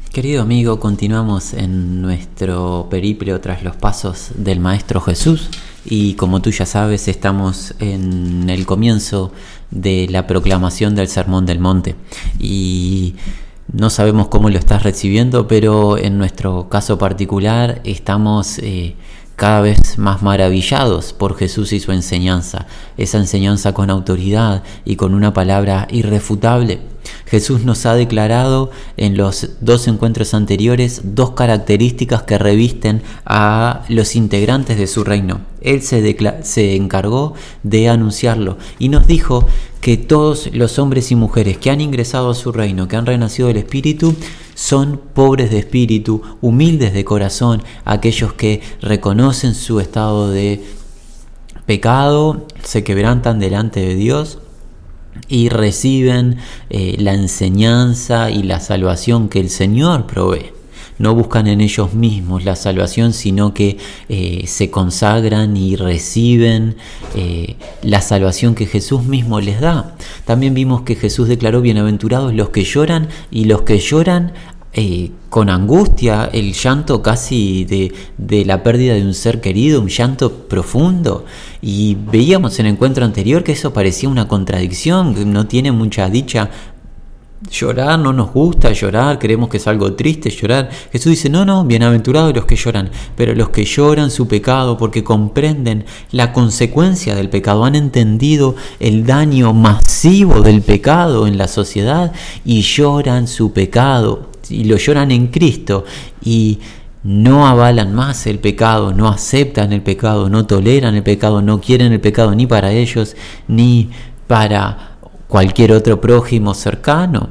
Querido amigo, continuamos en nuestro periplo tras los pasos del Maestro Jesús y como tú ya sabes estamos en el comienzo de la proclamación del Sermón del Monte y no sabemos cómo lo estás recibiendo, pero en nuestro caso particular estamos cada vez más maravillados por Jesús y su enseñanza, esa enseñanza con autoridad y con una palabra irrefutable. Jesús nos ha declarado en los dos encuentros anteriores dos características que revisten a los integrantes de su reino. Él se encargó de anunciarlo y nos dijo que todos los hombres y mujeres que han ingresado a su reino, que han renacido del Espíritu, son pobres de espíritu, humildes de corazón, aquellos que reconocen su estado de pecado, se quebrantan delante de Dios y reciben la enseñanza y la salvación que el Señor provee. No buscan en ellos mismos la salvación, sino que se consagran y reciben la salvación que Jesús mismo les da. También vimos que Jesús declaró: bienaventurados los que lloran, y los que lloran con angustia, el llanto casi de la pérdida de un ser querido, un llanto profundo. Y veíamos en el encuentro anterior que eso parecía una contradicción, que no tiene mucha dicha llorar, no nos gusta llorar, creemos que es algo triste llorar. Jesús dice: no, bienaventurados los que lloran, pero los que lloran su pecado porque comprenden la consecuencia del pecado, han entendido el daño masivo del pecado en la sociedad y lloran su pecado, y lo lloran en Cristo, y no avalan más el pecado, no aceptan el pecado, no toleran el pecado, no quieren el pecado ni para ellos ni para cualquier otro prójimo cercano.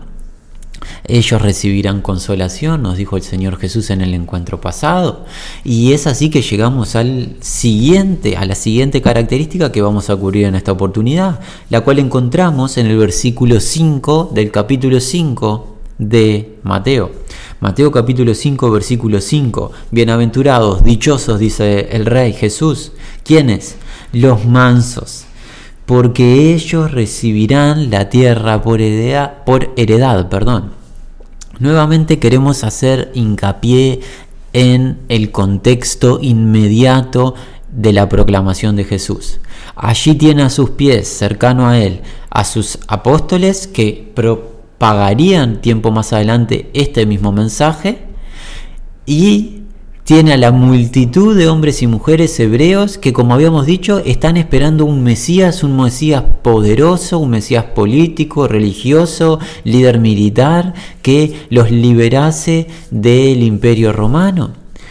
Ellos recibirán consolación, nos dijo el Señor Jesús en el encuentro pasado. Y es así que llegamos a la siguiente característica que vamos a cubrir en esta oportunidad, la cual encontramos en el versículo 5 del capítulo 5 de Mateo. Mateo capítulo 5, versículo 5. Bienaventurados, dichosos, dice el Rey Jesús. ¿Quiénes? Los mansos, porque ellos recibirán la tierra por heredad. Nuevamente queremos hacer hincapié en el contexto inmediato de la proclamación de Jesús. Allí tiene a sus pies, cercano a él, a sus apóstoles que propagarían tiempo más adelante este mismo mensaje, y tiene a la multitud de hombres y mujeres hebreos que, como habíamos dicho, están esperando un Mesías poderoso, un Mesías político, religioso, líder militar, que los liberase del Imperio Romano.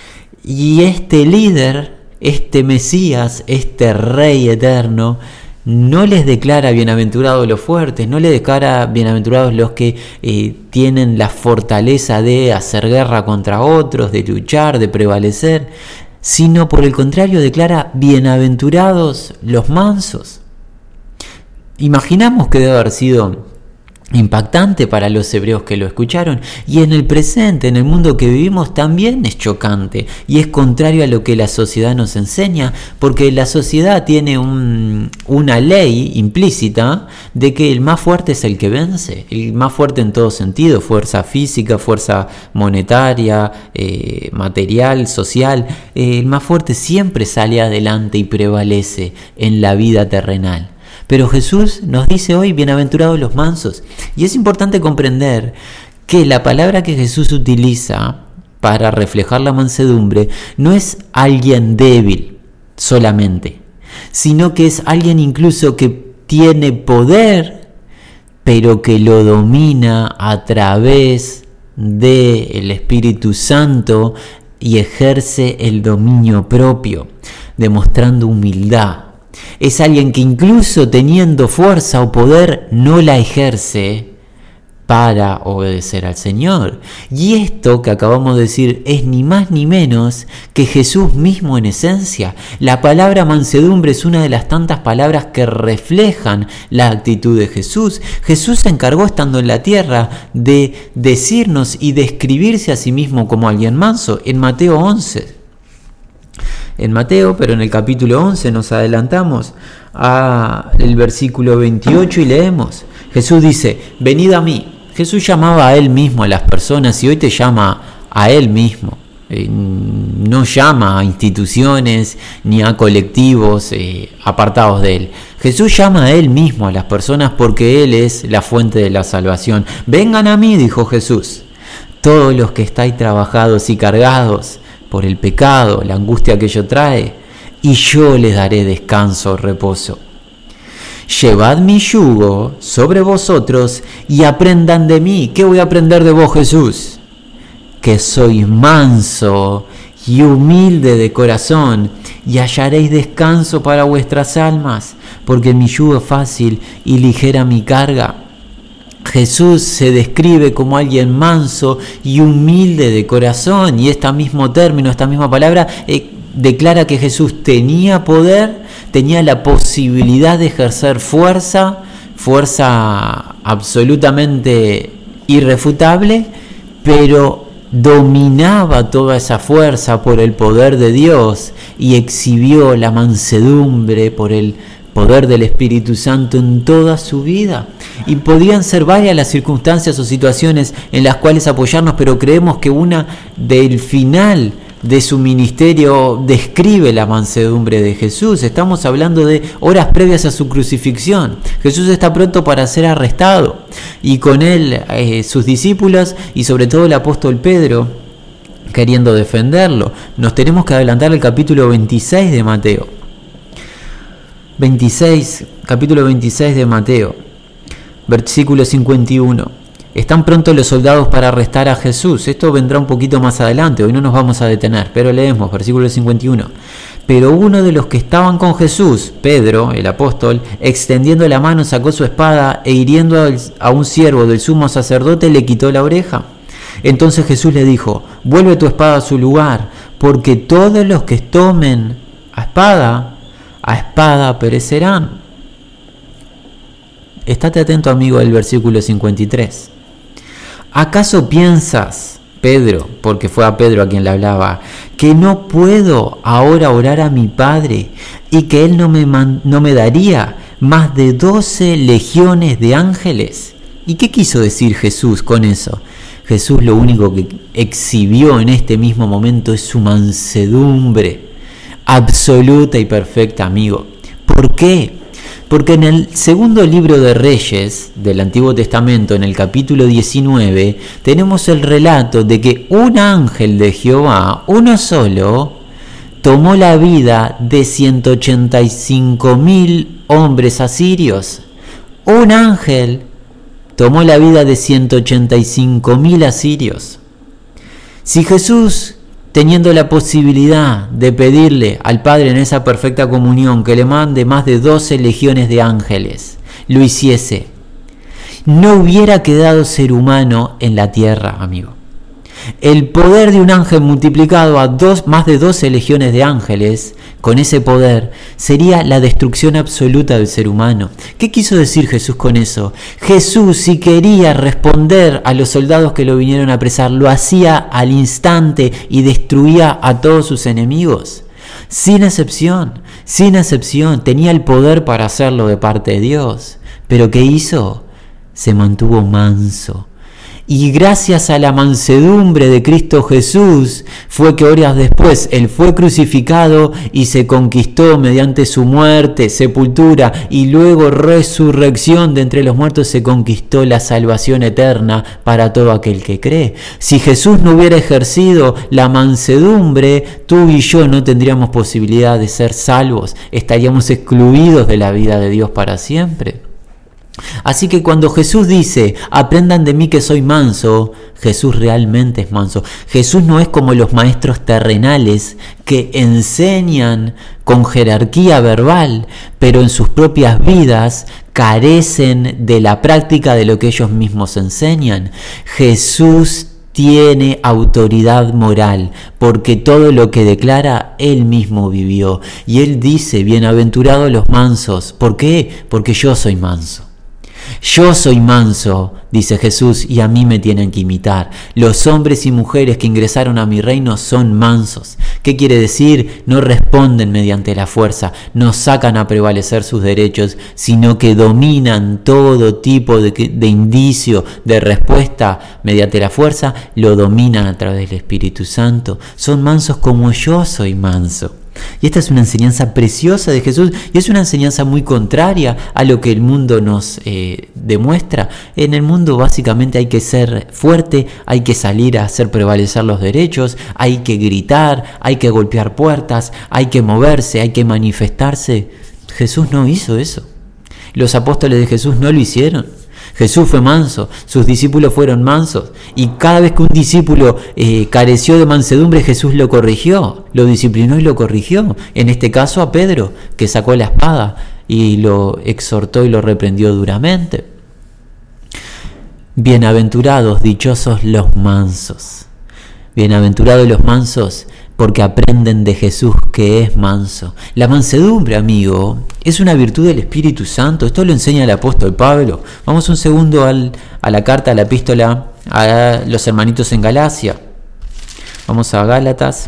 Y este líder, este Mesías, este Rey eterno, no les declara bienaventurados los fuertes, no les declara bienaventurados los que tienen la fortaleza de hacer guerra contra otros, de luchar, de prevalecer, sino por el contrario declara bienaventurados los mansos. Imaginamos que debe haber sido impactante para los hebreos que lo escucharon, y en el presente, en el mundo que vivimos, también es chocante y es contrario a lo que la sociedad nos enseña, porque la sociedad tiene una ley implícita de que el más fuerte es el que vence, el más fuerte en todo sentido: fuerza física, fuerza monetaria, material, social. El más fuerte siempre sale adelante y prevalece en la vida terrenal. Pero Jesús nos dice hoy: bienaventurados los mansos. Y es importante comprender que la palabra que Jesús utiliza para reflejar la mansedumbre no es alguien débil solamente, sino que es alguien incluso que tiene poder, pero que lo domina a través del Espíritu Santo y ejerce el dominio propio, demostrando humildad. Es alguien que incluso teniendo fuerza o poder no la ejerce para obedecer al Señor. Y esto que acabamos de decir es ni más ni menos que Jesús mismo en esencia. La palabra mansedumbre es una de las tantas palabras que reflejan la actitud de Jesús. Jesús se encargó, estando en la tierra, de decirnos y describirse a sí mismo como alguien manso en Mateo 11. En Mateo, pero en el capítulo 11 nos adelantamos al versículo 28 y leemos. Jesús dice: venid a mí, Jesús llamaba a Él mismo a las personas y hoy te llama a Él mismo. No llama a instituciones ni a colectivos apartados de Él. Jesús llama a Él mismo a las personas porque Él es la fuente de la salvación. Vengan a mí, dijo Jesús, todos los que estáis trabajados y cargados por el pecado, la angustia que ello trae, y yo les daré descanso, reposo. Llevad mi yugo sobre vosotros y aprendan de mí. ¿Qué voy a aprender de vos, Jesús? Que sois manso y humilde de corazón, y hallaréis descanso para vuestras almas, porque mi yugo es fácil y ligera mi carga. Jesús se describe como alguien manso y humilde de corazón, y este mismo término, esta misma palabra, declara que Jesús tenía poder, tenía la posibilidad de ejercer fuerza absolutamente irrefutable, pero dominaba toda esa fuerza por el poder de Dios y exhibió la mansedumbre por el poder del Espíritu Santo en toda su vida. Y podían ser varias las circunstancias o situaciones en las cuales apoyarnos, pero creemos que una del final de su ministerio describe la mansedumbre de Jesús. Estamos hablando de horas previas a su crucifixión. Jesús está pronto para ser arrestado, y con él sus discípulos y sobre todo el apóstol Pedro queriendo defenderlo. Nos tenemos que adelantar al capítulo 26 de Mateo. Capítulo 26 de Mateo, versículo 51. Están pronto los soldados para arrestar a Jesús. Esto vendrá un poquito más adelante, hoy no nos vamos a detener, pero leemos, versículo 51. Pero uno de los que estaban con Jesús, Pedro, el apóstol, extendiendo la mano, sacó su espada e hiriendo a un siervo del sumo sacerdote, le quitó la oreja. Entonces Jesús le dijo: vuelve tu espada a su lugar, porque todos los que tomen a espada perecerán. Estate atento, amigo, del versículo 53. ¿Acaso piensas, Pedro, porque fue a Pedro a quien le hablaba, que no puedo ahora orar a mi Padre y que Él no me daría más de 12 legiones de ángeles? ¿Y qué quiso decir Jesús con eso? Jesús lo único que exhibió en este mismo momento es su mansedumbre absoluta y perfecta, amigo. ¿Por qué? Porque en el segundo libro de Reyes del Antiguo Testamento, en el capítulo 19, tenemos el relato de que un ángel de Jehová, uno solo, tomó la vida de 185.000 hombres asirios. Un ángel tomó la vida de 185.000 asirios. Si Jesús, teniendo la posibilidad de pedirle al Padre en esa perfecta comunión que le mande más de 12 legiones de ángeles, lo hiciese, no hubiera quedado ser humano en la tierra, amigo. El poder de un ángel multiplicado a más de 12 legiones de ángeles, con ese poder, sería la destrucción absoluta del ser humano. ¿Qué quiso decir Jesús con eso? Jesús, si quería responder a los soldados que lo vinieron a apresar, lo hacía al instante y destruía a todos sus enemigos. Sin excepción, tenía el poder para hacerlo de parte de Dios. ¿Pero qué hizo? Se mantuvo manso. Y gracias a la mansedumbre de Cristo Jesús fue que horas después Él fue crucificado y se conquistó mediante su muerte, sepultura y luego resurrección de entre los muertos, se conquistó la salvación eterna para todo aquel que cree. Si Jesús no hubiera ejercido la mansedumbre, tú y yo no tendríamos posibilidad de ser salvos, estaríamos excluidos de la vida de Dios para siempre. Así que cuando Jesús dice, aprendan de mí que soy manso, Jesús realmente es manso. Jesús no es como los maestros terrenales que enseñan con jerarquía verbal, pero en sus propias vidas carecen de la práctica de lo que ellos mismos enseñan. Jesús tiene autoridad moral, porque todo lo que declara, Él mismo vivió. Y Él dice, bienaventurados los mansos. ¿Por qué? Porque yo soy manso. Yo soy manso, dice Jesús, y a mí me tienen que imitar. Los hombres y mujeres que ingresaron a mi reino son mansos. ¿Qué quiere decir? No responden mediante la fuerza, no sacan a prevalecer sus derechos, sino que dominan todo tipo de indicio de respuesta mediante la fuerza, lo dominan a través del Espíritu Santo. Son mansos como yo soy manso. Y esta es una enseñanza preciosa de Jesús y es una enseñanza muy contraria a lo que el mundo nos demuestra. En el mundo básicamente hay que ser fuerte, hay que salir a hacer prevalecer los derechos, hay que gritar, hay que golpear puertas, hay que moverse, hay que manifestarse. Jesús no hizo eso. Los apóstoles de Jesús no lo hicieron. Jesús fue manso, sus discípulos fueron mansos, y cada vez que un discípulo careció de mansedumbre, Jesús lo corrigió, lo disciplinó y lo corrigió. En este caso a Pedro, que sacó la espada y lo exhortó y lo reprendió duramente. Bienaventurados, dichosos los mansos. Bienaventurados los mansos, porque aprenden de Jesús, que es manso. La mansedumbre, amigo, es una virtud del Espíritu Santo. Esto lo enseña el apóstol Pablo. Vamos un segundo a la carta, a la epístola a los hermanitos en Galacia. Vamos a Gálatas.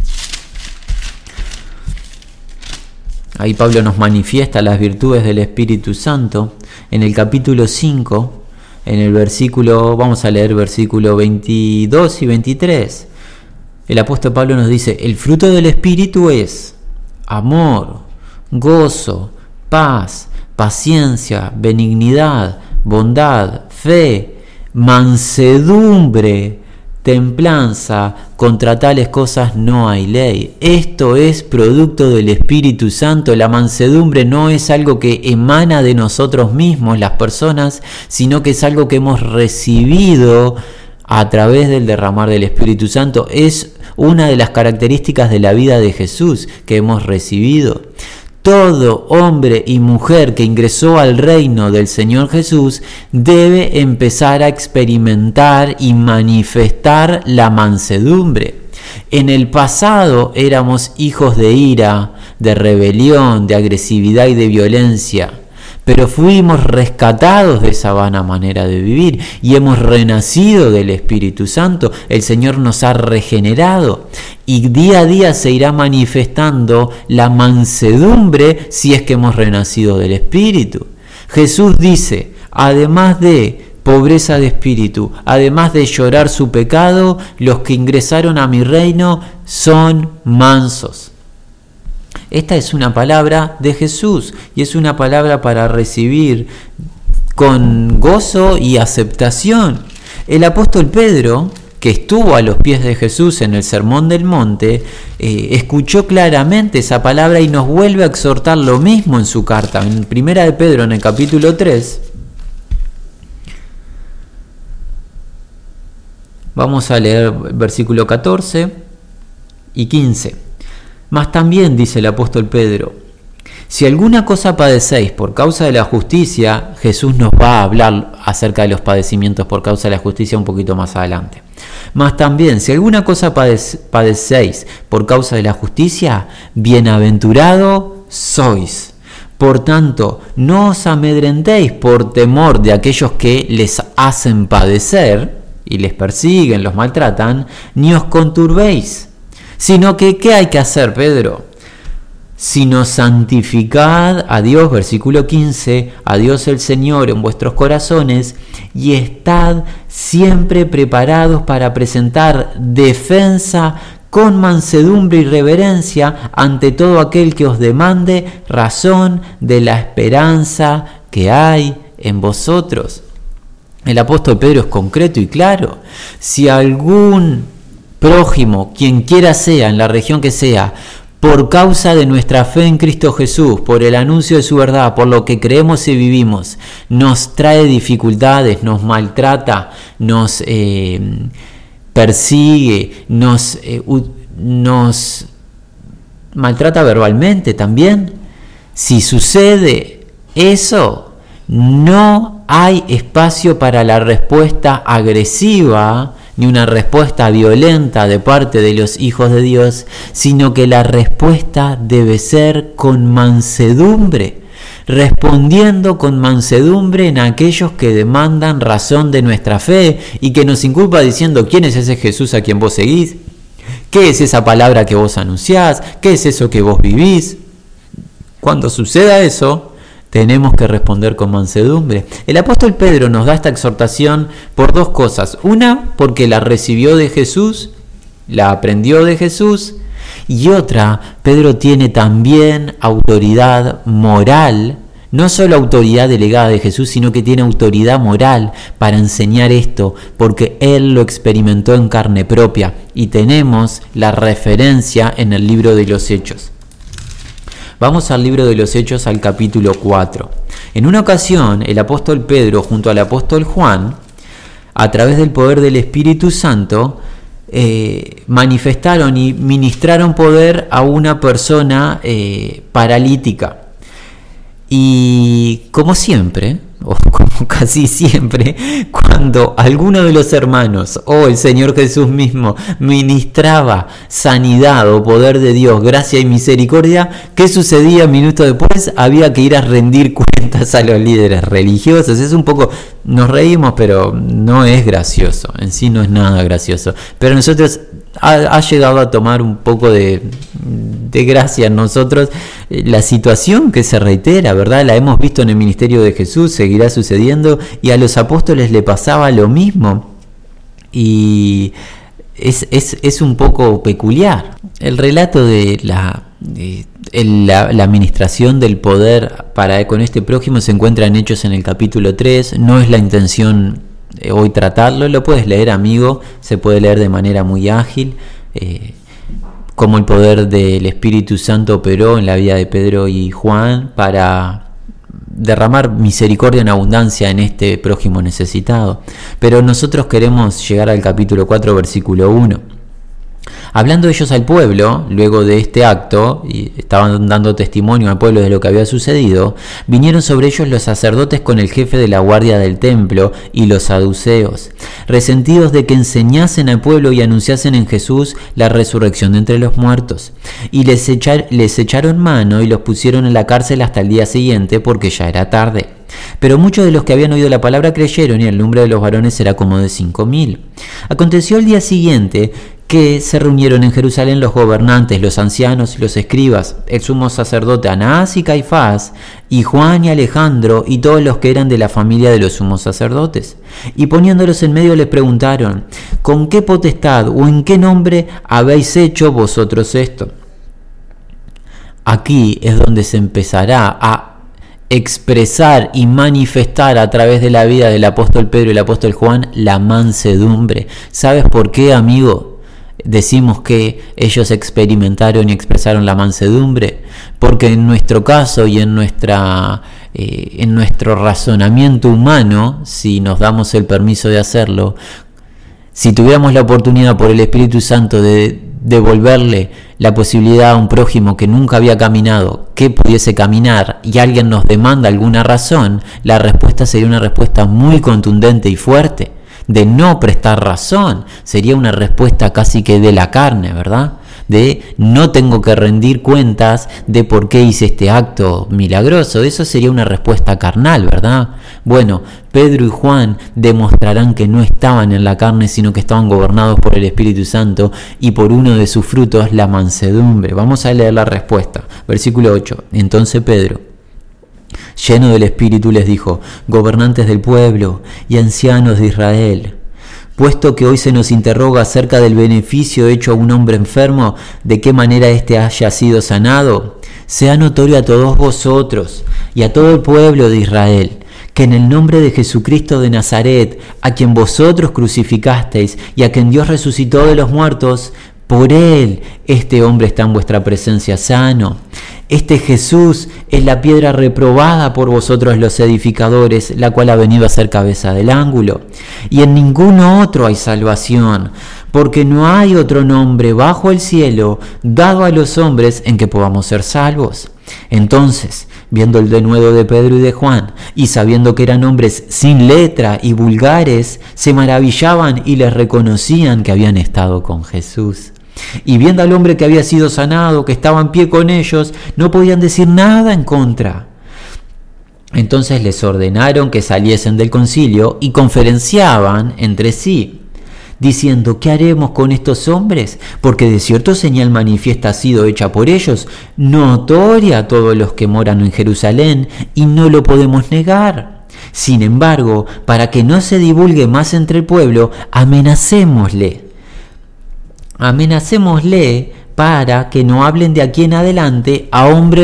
Ahí Pablo nos manifiesta las virtudes del Espíritu Santo. En el capítulo 5, en el versículo, vamos a leer versículo 22 y 23. El apóstol Pablo nos dice: el fruto del Espíritu es amor, gozo, paz, paciencia, benignidad, bondad, fe, mansedumbre, templanza. Contra tales cosas no hay ley. Esto es producto del Espíritu Santo. La mansedumbre no es algo que emana de nosotros mismos, las personas, sino que es algo que hemos recibido a través del derramar del Espíritu Santo. Es una de las características de la vida de Jesús que hemos recibido. Todo hombre y mujer que ingresó al reino del Señor Jesús debe empezar a experimentar y manifestar la mansedumbre. En el pasado éramos hijos de ira, de rebelión, de agresividad y de violencia, pero fuimos rescatados de esa vana manera de vivir y hemos renacido del Espíritu Santo. El Señor nos ha regenerado y día a día se irá manifestando la mansedumbre si es que hemos renacido del Espíritu. Jesús dice, además de pobreza de espíritu, además de llorar su pecado, los que ingresaron a mi reino son mansos. Esta es una palabra de Jesús y es una palabra para recibir con gozo y aceptación. El apóstol Pedro, que estuvo a los pies de Jesús en el Sermón del Monte, escuchó claramente esa palabra y nos vuelve a exhortar lo mismo en su carta. En Primera de Pedro, en el capítulo 3, vamos a leer versículo 14 y 15. Mas también, dice el apóstol Pedro, si alguna cosa padecéis por causa de la justicia, Jesús nos va a hablar acerca de los padecimientos por causa de la justicia un poquito más adelante. Mas también, si alguna cosa padecéis por causa de la justicia, bienaventurado sois. Por tanto, no os amedrentéis por temor de aquellos que les hacen padecer y les persiguen, los maltratan, ni os conturbéis. Sino que, ¿qué hay que hacer, Pedro? Sino santificad a Dios, versículo 15, a Dios el Señor en vuestros corazones, y estad siempre preparados para presentar defensa con mansedumbre y reverencia ante todo aquel que os demande razón de la esperanza que hay en vosotros. El apóstol Pedro es concreto y claro. Si algún prójimo, quien quiera sea, en la región que sea, por causa de nuestra fe en Cristo Jesús, por el anuncio de su verdad, por lo que creemos y vivimos, nos trae dificultades, nos maltrata, nos persigue, nos maltrata verbalmente también. Si sucede eso, no hay espacio para la respuesta agresiva ni una respuesta violenta de parte de los hijos de Dios, sino que la respuesta debe ser con mansedumbre. respondiendo con mansedumbre en aquellos que demandan razón de nuestra fe y que nos inculpa diciendo: ¿quién es ese Jesús a quien vos seguís? ¿Qué es esa palabra que vos anunciás? ¿Qué es eso que vos vivís? Cuando suceda eso, tenemos que responder con mansedumbre. El apóstol Pedro nos da esta exhortación por dos cosas. Una, porque la recibió de Jesús, la aprendió de Jesús. Y otra, Pedro tiene también autoridad moral, no solo autoridad delegada de Jesús, sino que tiene autoridad moral para enseñar esto, porque él lo experimentó en carne propia. Y tenemos la referencia en el libro de los Hechos. Vamos al libro de los Hechos, al capítulo 4. En una ocasión, el apóstol Pedro junto al apóstol Juan, a través del poder del Espíritu Santo, manifestaron y ministraron poder a una persona paralítica. Y como siempre, o como casi siempre, cuando alguno de los hermanos o el Señor Jesús mismo ministraba sanidad o poder de Dios, gracia y misericordia, ¿qué sucedía minutos después? Había que ir a rendir cuentas a los líderes religiosos. Es un poco, nos reímos, pero no es gracioso, en sí no es nada gracioso. Pero nosotros ha llegado a tomar un poco de gracia en nosotros la situación que se reitera, ¿verdad? La hemos visto en el ministerio de Jesús, seguirá sucediendo, y a los apóstoles le pasaba lo mismo. Y es un poco peculiar. El relato de la administración del poder con este prójimo se encuentra en Hechos en el capítulo 3. No es la intención hoy tratarlo, lo puedes leer, amigo, se puede leer de manera muy ágil, cómo el poder del Espíritu Santo operó en la vida de Pedro y Juan para derramar misericordia en abundancia en este prójimo necesitado. Pero nosotros queremos llegar al capítulo 4, versículo 1. Hablando ellos al pueblo, luego de este acto, y estaban dando testimonio al pueblo de lo que había sucedido, vinieron sobre ellos los sacerdotes con el jefe de la guardia del templo y los saduceos, resentidos de que enseñasen al pueblo y anunciasen en Jesús la resurrección de entre los muertos. Y les echaron mano y los pusieron en la cárcel hasta el día siguiente, porque ya era tarde. Pero muchos de los que habían oído la palabra creyeron, y el número de los varones era como de 5,000. Aconteció el día siguiente que se reunieron en Jerusalén los gobernantes, los ancianos y los escribas, el sumo sacerdote Anás y Caifás, y Juan y Alejandro, y todos los que eran de la familia de los sumos sacerdotes. Y poniéndolos en medio les preguntaron: ¿con qué potestad o en qué nombre habéis hecho vosotros esto? Aquí es donde se empezará a expresar y manifestar a través de la vida del apóstol Pedro y el apóstol Juan la mansedumbre. ¿Sabes por qué, amigo? Decimos que ellos experimentaron y expresaron la mansedumbre, porque en nuestro caso y en nuestro razonamiento humano, si nos damos el permiso de hacerlo, si tuviéramos la oportunidad por el Espíritu Santo de devolverle la posibilidad a un prójimo que nunca había caminado, que pudiese caminar, y alguien nos demanda alguna razón, la respuesta sería una respuesta muy contundente y fuerte. De no prestar razón, sería una respuesta casi que de la carne, ¿verdad? De no tengo que rendir cuentas de por qué hice este acto milagroso. Eso sería una respuesta carnal, ¿verdad? Bueno, Pedro y Juan demostrarán que no estaban en la carne, sino que estaban gobernados por el Espíritu Santo, y por uno de sus frutos, la mansedumbre. Vamos a leer la respuesta. Versículo 8. Entonces Pedro, lleno del Espíritu, les dijo: gobernantes del pueblo y ancianos de Israel, puesto que hoy se nos interroga acerca del beneficio hecho a un hombre enfermo, de qué manera éste haya sido sanado, sea notorio a todos vosotros y a todo el pueblo de Israel, que en el nombre de Jesucristo de Nazaret, a quien vosotros crucificasteis y a quien Dios resucitó de los muertos, por él este hombre está en vuestra presencia sano. Este Jesús es la piedra reprobada por vosotros los edificadores, la cual ha venido a ser cabeza del ángulo. Y en ninguno otro hay salvación, porque no hay otro nombre bajo el cielo dado a los hombres en que podamos ser salvos. Entonces, viendo el denuedo de Pedro y de Juan, y sabiendo que eran hombres sin letra y vulgares, se maravillaban y les reconocían que habían estado con Jesús. Y viendo al hombre que había sido sanado, que estaba en pie con ellos, no podían decir nada en contra. Entonces les ordenaron que saliesen del concilio y conferenciaban entre sí, diciendo: ¿qué haremos con estos hombres? Porque de cierto señal manifiesta ha sido hecha por ellos, notoria a todos los que moran en Jerusalén, y no lo podemos negar. Sin embargo, para que no se divulgue más entre el pueblo, amenacémosle para que no hablen de aquí en adelante a hombre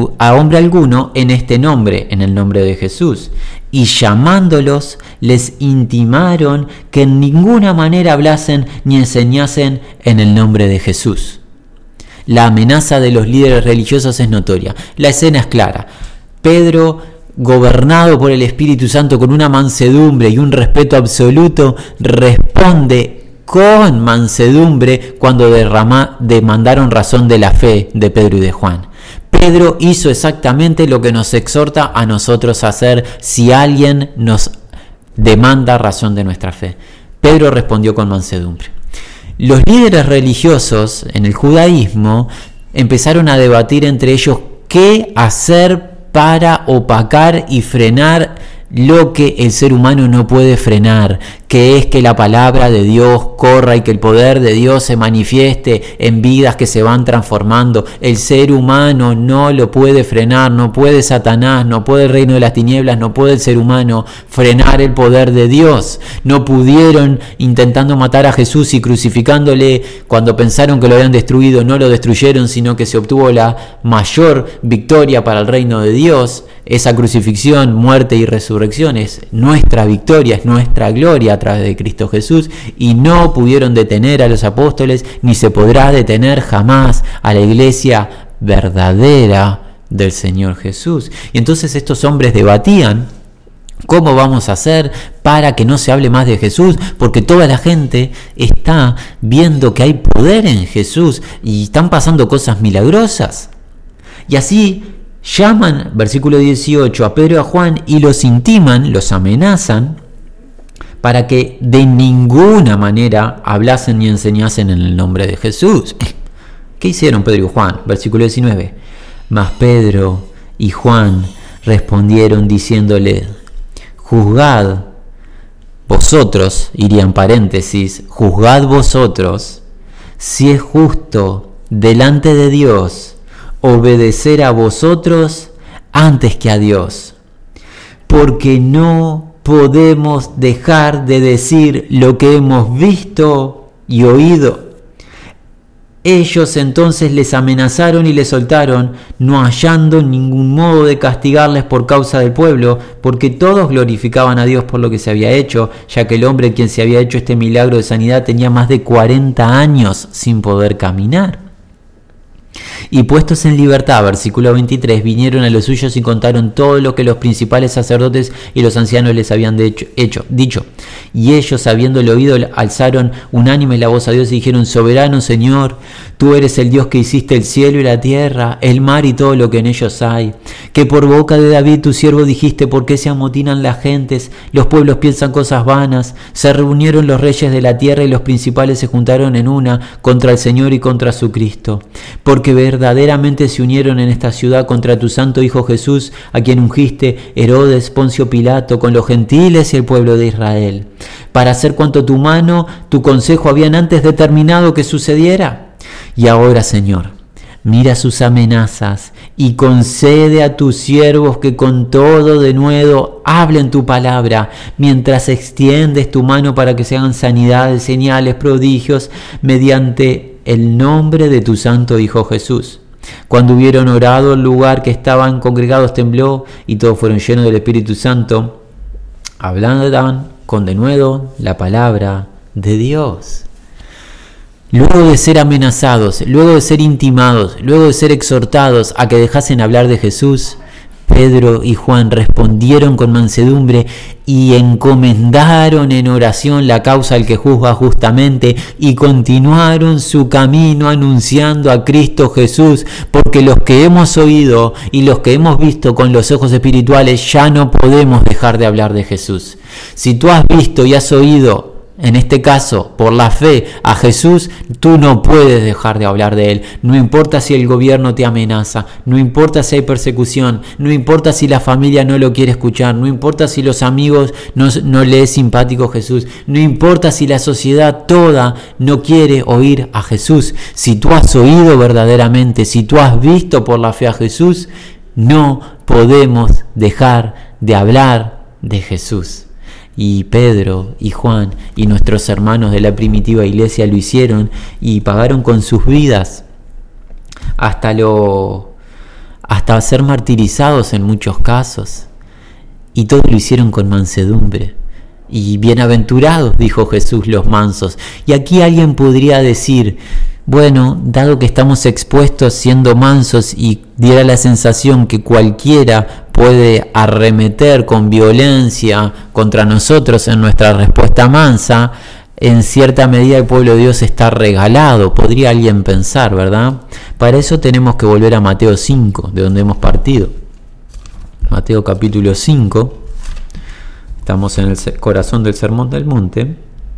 alguno en este nombre, en el nombre de Jesús. Y llamándolos, les intimaron que en ninguna manera hablasen ni enseñasen en el nombre de Jesús. La amenaza de los líderes religiosos es notoria. La escena es clara. Pedro, gobernado por el Espíritu Santo con una mansedumbre y un respeto absoluto, responde con mansedumbre cuando demandaron razón de la fe de Pedro y de Juan. Pedro hizo exactamente lo que nos exhorta a nosotros a hacer si alguien nos demanda razón de nuestra fe. Pedro respondió con mansedumbre. Los líderes religiosos en el judaísmo empezaron a debatir entre ellos qué hacer para opacar y frenar lo que el ser humano no puede frenar, que es que la palabra de Dios corra y que el poder de Dios se manifieste en vidas que se van transformando. El ser humano no lo puede frenar, no puede Satanás, no puede el reino de las tinieblas, no puede el ser humano frenar el poder de Dios. No pudieron, intentando matar a Jesús y crucificándole, cuando pensaron que lo habían destruido, no lo destruyeron, sino que se obtuvo la mayor victoria para el reino de Dios. Esa crucifixión, muerte y resurrección es nuestra victoria, es nuestra gloria a través de Cristo Jesús, y no pudieron detener a los apóstoles, ni se podrá detener jamás a la iglesia verdadera del Señor Jesús. Y entonces estos hombres debatían: ¿cómo vamos a hacer para que no se hable más de Jesús? Porque toda la gente está viendo que hay poder en Jesús y están pasando cosas milagrosas. Y así llaman, versículo 18, a Pedro y a Juan y los intiman, los amenazan, para que de ninguna manera hablasen ni enseñasen en el nombre de Jesús. ¿Qué hicieron Pedro y Juan? Versículo 19. Mas Pedro y Juan respondieron diciéndole: juzgad vosotros, irían paréntesis, juzgad vosotros si es justo delante de Dios obedecer a vosotros antes que a Dios, porque no podemos dejar de decir lo que hemos visto y oído. Ellos entonces les amenazaron y les soltaron, no hallando ningún modo de castigarles por causa del pueblo, porque todos glorificaban a Dios por lo que se había hecho, ya que el hombre quien se había hecho este milagro de sanidad tenía más de 40 años sin poder caminar. Y puestos en libertad, versículo 23, vinieron a los suyos y contaron todo lo que los principales sacerdotes y los ancianos les habían dicho. Y ellos, habiéndolo oído, alzaron unánime la voz a Dios y dijeron: soberano Señor, tú eres el Dios que hiciste el cielo y la tierra, el mar y todo lo que en ellos hay. Que por boca de David tu siervo dijiste: ¿por qué se amotinan las gentes? Los pueblos piensan cosas vanas. Se reunieron los reyes de la tierra y los principales se juntaron en una contra el Señor y contra su Cristo. Porque verdaderamente se unieron en esta ciudad contra tu santo Hijo Jesús, a quien ungiste Herodes, Poncio Pilato, con los gentiles y el pueblo de Israel, para hacer cuanto tu mano, tu consejo habían antes determinado que sucediera. Y ahora, Señor, mira sus amenazas y concede a tus siervos que con todo denuedo hablen tu palabra, mientras extiendes tu mano para que se hagan sanidades, señales, prodigios, mediante el nombre de tu santo Hijo Jesús. Cuando hubieron orado, el lugar que estaban congregados tembló y todos fueron llenos del Espíritu Santo. Hablaban con denuedo la palabra de Dios. Luego de ser amenazados, luego de ser intimados, luego de ser exhortados a que dejasen hablar de Jesús, Pedro y Juan respondieron con mansedumbre y encomendaron en oración la causa al que juzga justamente y continuaron su camino anunciando a Cristo Jesús, porque los que hemos oído y los que hemos visto con los ojos espirituales ya no podemos dejar de hablar de Jesús. Si tú has visto y has oído en este caso, por la fe a Jesús, tú no puedes dejar de hablar de Él. No importa si el gobierno te amenaza, no importa si hay persecución, no importa si la familia no lo quiere escuchar, no importa si los amigos no le es simpático Jesús, no importa si la sociedad toda no quiere oír a Jesús. Si tú has oído verdaderamente, si tú has visto por la fe a Jesús, no podemos dejar de hablar de Jesús. Y Pedro y Juan y nuestros hermanos de la primitiva iglesia lo hicieron y pagaron con sus vidas hasta ser martirizados en muchos casos. Y todo lo hicieron con mansedumbre. Y bienaventurados, dijo Jesús, los mansos. Y aquí alguien podría decir, bueno, dado que estamos expuestos siendo mansos y diera la sensación que cualquiera puede arremeter con violencia contra nosotros en nuestra respuesta mansa, en cierta medida el pueblo de Dios está regalado, podría alguien pensar, ¿verdad? Para eso tenemos que volver a Mateo 5, de donde hemos partido. Mateo capítulo 5, estamos en el corazón del Sermón del Monte.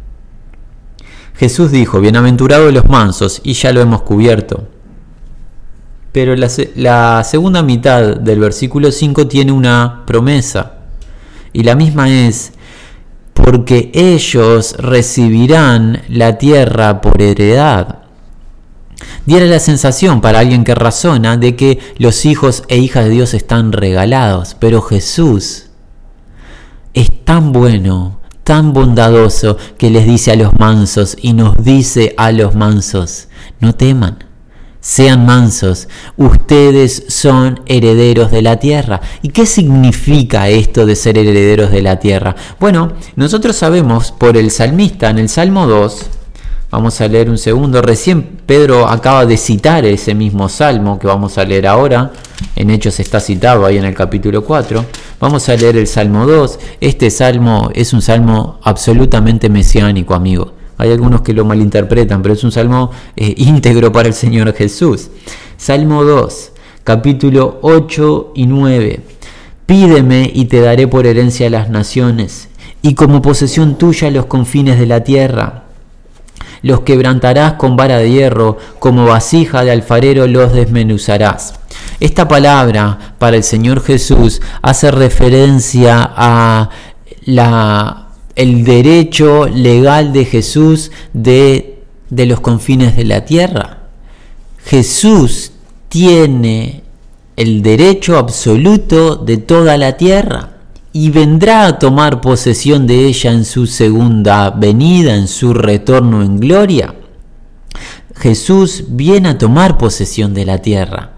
Jesús dijo, bienaventurados los mansos, y ya lo hemos cubierto. Pero la segunda mitad del versículo 5 tiene una promesa, y la misma es, porque ellos recibirán la tierra por heredad. Diera la sensación para alguien que razona de que los hijos e hijas de Dios están regalados, pero Jesús es tan bueno, tan bondadoso, que les dice a los mansos y nos dice a los mansos, no teman, sean mansos, ustedes son herederos de la tierra. ¿Y qué significa esto de ser herederos de la tierra? Bueno, nosotros sabemos por el salmista en el Salmo 2, vamos a leer un segundo, recién Pedro acaba de citar ese mismo salmo que vamos a leer ahora, en Hechos está citado ahí en el capítulo 4, vamos a leer el Salmo 2, este salmo es un salmo absolutamente mesiánico, amigo. Hay algunos que lo malinterpretan, pero es un salmo íntegro para el Señor Jesús. Salmo 2, capítulo 8 y 9. Pídeme y te daré por herencia a las naciones, y como posesión tuya los confines de la tierra. Los quebrantarás con vara de hierro, como vasija de alfarero los desmenuzarás. Esta palabra para el Señor Jesús hace referencia a el derecho legal de Jesús de los confines de la tierra. Jesús tiene el derecho absoluto de toda la tierra y vendrá a tomar posesión de ella en su segunda venida, en su retorno en gloria. Jesús viene a tomar posesión de la tierra.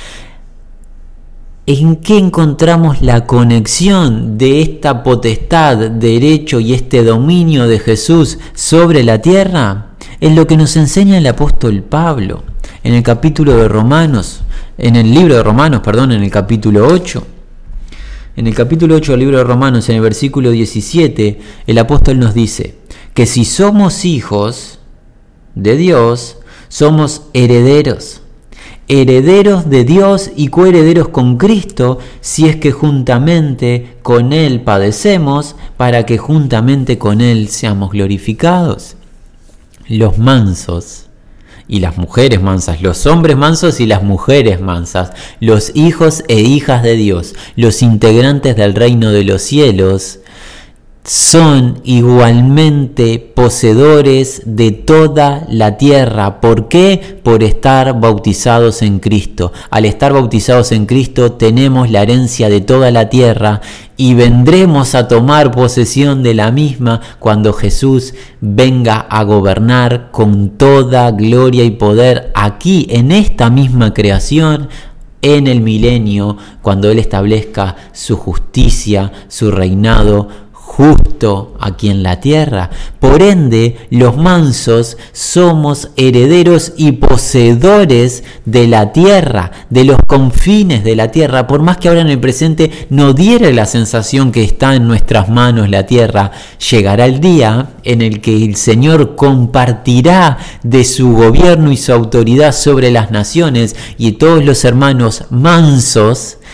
¿En qué encontramos la conexión de esta potestad, derecho y este dominio de Jesús sobre la tierra? Es lo que nos enseña el apóstol Pablo en el capítulo de Romanos, en el libro de Romanos, en el capítulo 8. En el capítulo 8 del libro de Romanos, en el versículo 17, el apóstol nos dice que si somos hijos de Dios, somos herederos de Dios y coherederos con Cristo, si es que juntamente con Él padecemos, para que juntamente con Él seamos glorificados. Los mansos y las mujeres mansas, los hombres mansos y las mujeres mansas, los hijos e hijas de Dios, los integrantes del reino de los cielos, son igualmente poseedores de toda la tierra. ¿Por qué? Por estar bautizados en Cristo. Al estar bautizados en Cristo tenemos la herencia de toda la tierra y vendremos a tomar posesión de la misma cuando Jesús venga a gobernar con toda gloria y poder aquí en esta misma creación, en el milenio, cuando Él establezca su justicia, su reinado justo aquí en la tierra. Por ende, los mansos somos herederos y poseedores de la tierra, de los confines de la tierra. Por más que ahora en el presente no diera la sensación que está en nuestras manos la tierra, llegará el día en el que el Señor compartirá de su gobierno y su autoridad sobre las naciones, y todos los hermanos mansos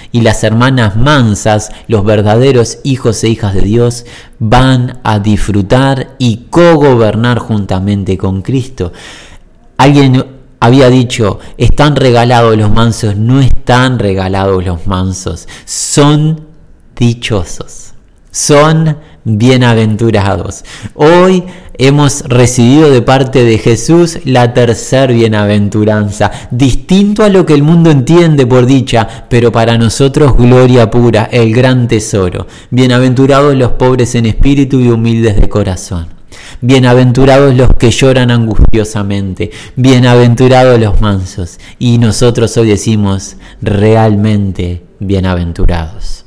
y las hermanas mansas, los verdaderos hijos e hijas de Dios, van a disfrutar y cogobernar juntamente con Cristo. Alguien había dicho, están regalados los mansos. No están regalados los mansos, son dichosos, son bienaventurados. Hoy hemos recibido de parte de Jesús la tercer bienaventuranza, distinto a lo que el mundo entiende por dicha, pero para nosotros gloria pura, el gran tesoro. Bienaventurados los pobres en espíritu y humildes de corazón. Bienaventurados los que lloran angustiosamente, bienaventurados los mansos. Y nosotros hoy decimos realmente bienaventurados.